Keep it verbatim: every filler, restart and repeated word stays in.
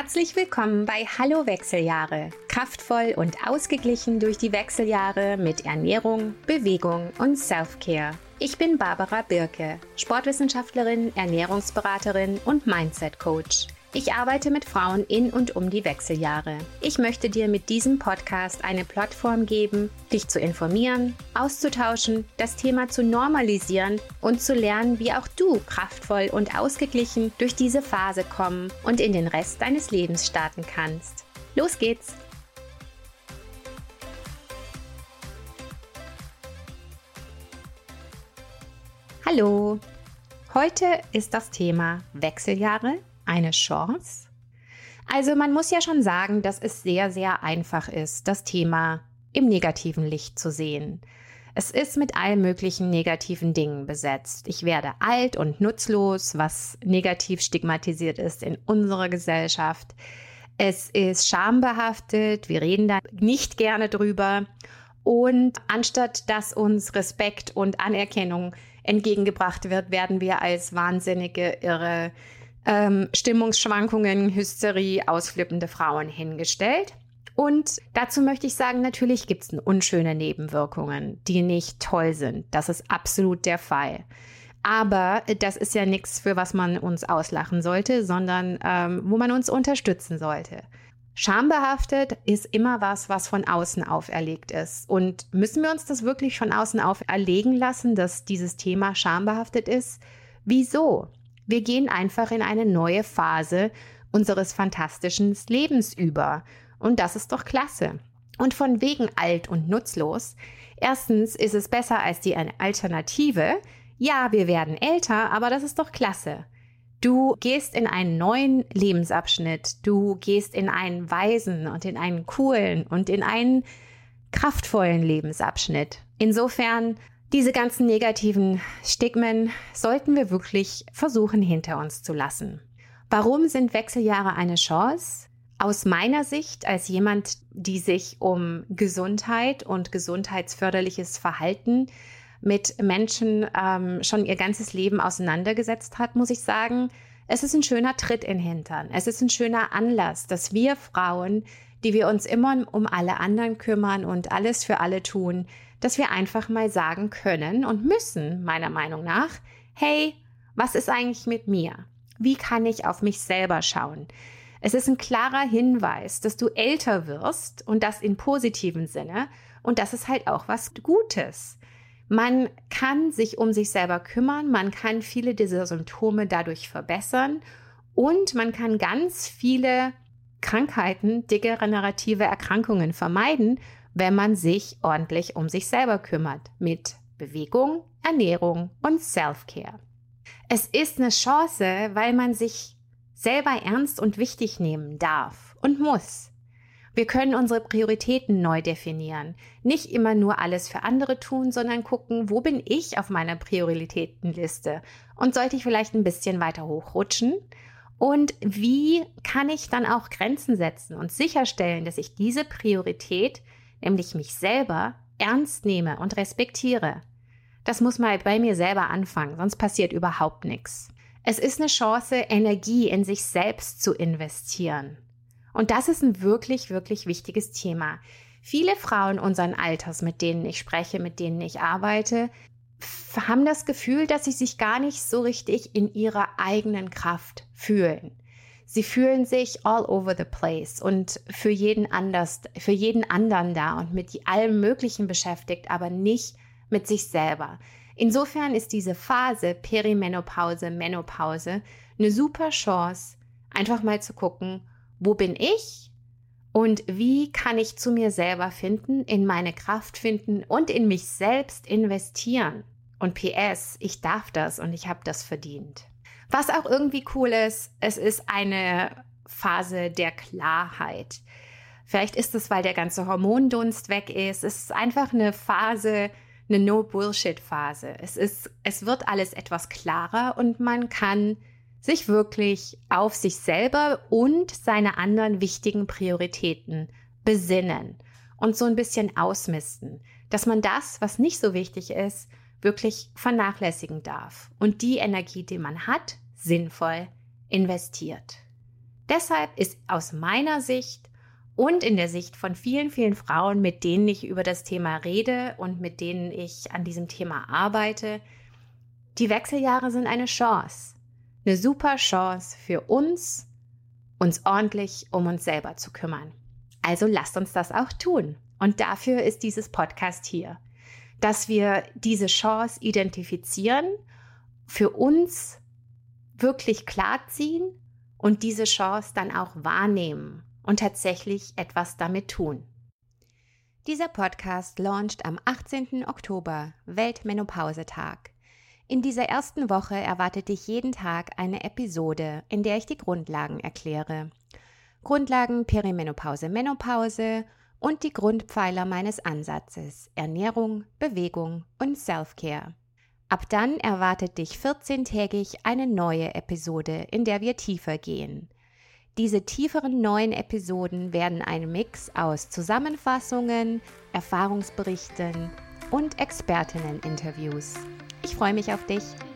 Herzlich willkommen bei Hallo Wechseljahre. Kraftvoll und ausgeglichen durch die Wechseljahre mit Ernährung, Bewegung und Self-Care. Ich bin Barbara Birke, Sportwissenschaftlerin, Ernährungsberaterin und Mindset-Coach. Ich arbeite mit Frauen in und um die Wechseljahre. Ich möchte dir mit diesem Podcast eine Plattform geben, dich zu informieren, auszutauschen, das Thema zu normalisieren und zu lernen, wie auch du kraftvoll und ausgeglichen durch diese Phase kommen und in den Rest deines Lebens starten kannst. Los geht's! Hallo! Heute ist das Thema Wechseljahre eine Chance? Also man muss ja schon sagen, dass es sehr, sehr einfach ist, das Thema im negativen Licht zu sehen. Es ist mit allen möglichen negativen Dingen besetzt. Ich werde alt und nutzlos, was negativ stigmatisiert ist in unserer Gesellschaft. Es ist schambehaftet, wir reden da nicht gerne drüber. Und anstatt dass uns Respekt und Anerkennung entgegengebracht wird, werden wir als wahnsinnige, irre Ähm, Stimmungsschwankungen, Hysterie, ausflippende Frauen hingestellt. Und dazu möchte ich sagen, natürlich gibt es unschöne Nebenwirkungen, die nicht toll sind. Das ist absolut der Fall. Aber das ist ja nichts, für was man uns auslachen sollte, sondern ähm, wo man uns unterstützen sollte. Schambehaftet ist immer was, was von außen auferlegt ist. Und müssen wir uns das wirklich von außen auferlegen lassen, dass dieses Thema schambehaftet ist? Wieso? Wir gehen einfach in eine neue Phase unseres fantastischen Lebens über. Und das ist doch klasse. Und von wegen alt und nutzlos. Erstens ist es besser als die Alternative. Ja, wir werden älter, aber das ist doch klasse. Du gehst in einen neuen Lebensabschnitt. Du gehst in einen weisen und in einen coolen und in einen kraftvollen Lebensabschnitt. Insofern diese ganzen negativen Stigmen sollten wir wirklich versuchen, hinter uns zu lassen. Warum sind Wechseljahre eine Chance? Aus meiner Sicht als jemand, die sich um Gesundheit und gesundheitsförderliches Verhalten mit Menschen ähm, schon ihr ganzes Leben auseinandergesetzt hat, muss ich sagen, es ist ein schöner Tritt in den Hintern. Es ist ein schöner Anlass, dass wir Frauen, die wir uns immer um alle anderen kümmern und alles für alle tun, dass wir einfach mal sagen können und müssen, meiner Meinung nach, hey, was ist eigentlich mit mir? Wie kann ich auf mich selber schauen? Es ist ein klarer Hinweis, dass du älter wirst und das in positivem Sinne und das ist halt auch was Gutes. Man kann sich um sich selber kümmern, man kann viele dieser Symptome dadurch verbessern und man kann ganz viele Krankheiten, degenerative Erkrankungen vermeiden, wenn man sich ordentlich um sich selber kümmert, mit Bewegung, Ernährung und Self-Care. Es ist eine Chance, weil man sich selber ernst und wichtig nehmen darf und muss. Wir können unsere Prioritäten neu definieren, nicht immer nur alles für andere tun, sondern gucken, wo bin ich auf meiner Prioritätenliste und sollte ich vielleicht ein bisschen weiter hochrutschen? Und wie kann ich dann auch Grenzen setzen und sicherstellen, dass ich diese Priorität, nämlich mich selber, ernst nehme und respektiere? Das muss mal bei mir selber anfangen, sonst passiert überhaupt nichts. Es ist eine Chance, Energie in sich selbst zu investieren. Und das ist ein wirklich, wirklich wichtiges Thema. Viele Frauen unseren Alters, mit denen ich spreche, mit denen ich arbeite, haben das Gefühl, dass sie sich gar nicht so richtig in ihrer eigenen Kraft fühlen. Sie fühlen sich all over the place und für jeden anders, für jeden anderen da und mit allem Möglichen beschäftigt, aber nicht mit sich selber. Insofern ist diese Phase Perimenopause, Menopause eine super Chance, einfach mal zu gucken, wo bin ich und wie kann ich zu mir selber finden, in meine Kraft finden und in mich selbst investieren. Und P S, ich darf das und ich habe das verdient. Was auch irgendwie cool ist, es ist eine Phase der Klarheit. Vielleicht ist es, weil der ganze Hormondunst weg ist. Es ist einfach eine Phase, eine No-Bullshit-Phase. Es ist, es wird alles etwas klarer und man kann sich wirklich auf sich selber und seine anderen wichtigen Prioritäten besinnen und so ein bisschen ausmisten, dass man das, was nicht so wichtig ist, wirklich vernachlässigen darf und die Energie, die man hat, sinnvoll investiert. Deshalb ist aus meiner Sicht und in der Sicht von vielen, vielen Frauen, mit denen ich über das Thema rede und mit denen ich an diesem Thema arbeite, die Wechseljahre sind eine Chance. Eine super Chance für uns, uns ordentlich um uns selber zu kümmern. Also lasst uns das auch tun. Und dafür ist dieses Podcast hier, dass wir diese Chance identifizieren, für uns wirklich klarziehen und diese Chance dann auch wahrnehmen und tatsächlich etwas damit tun. Dieser Podcast launcht am achtzehnten Oktober, Weltmenopausetag. In dieser ersten Woche erwartet dich jeden Tag eine Episode, in der ich die Grundlagen erkläre. Grundlagen Perimenopause, Menopause und die Grundpfeiler meines Ansatzes: Ernährung, Bewegung und Self-Care. Ab dann erwartet dich vierzehntägig eine neue Episode, in der wir tiefer gehen. Diese tieferen neuen Episoden werden ein Mix aus Zusammenfassungen, Erfahrungsberichten und Expertinnen-Interviews. Ich freue mich auf dich.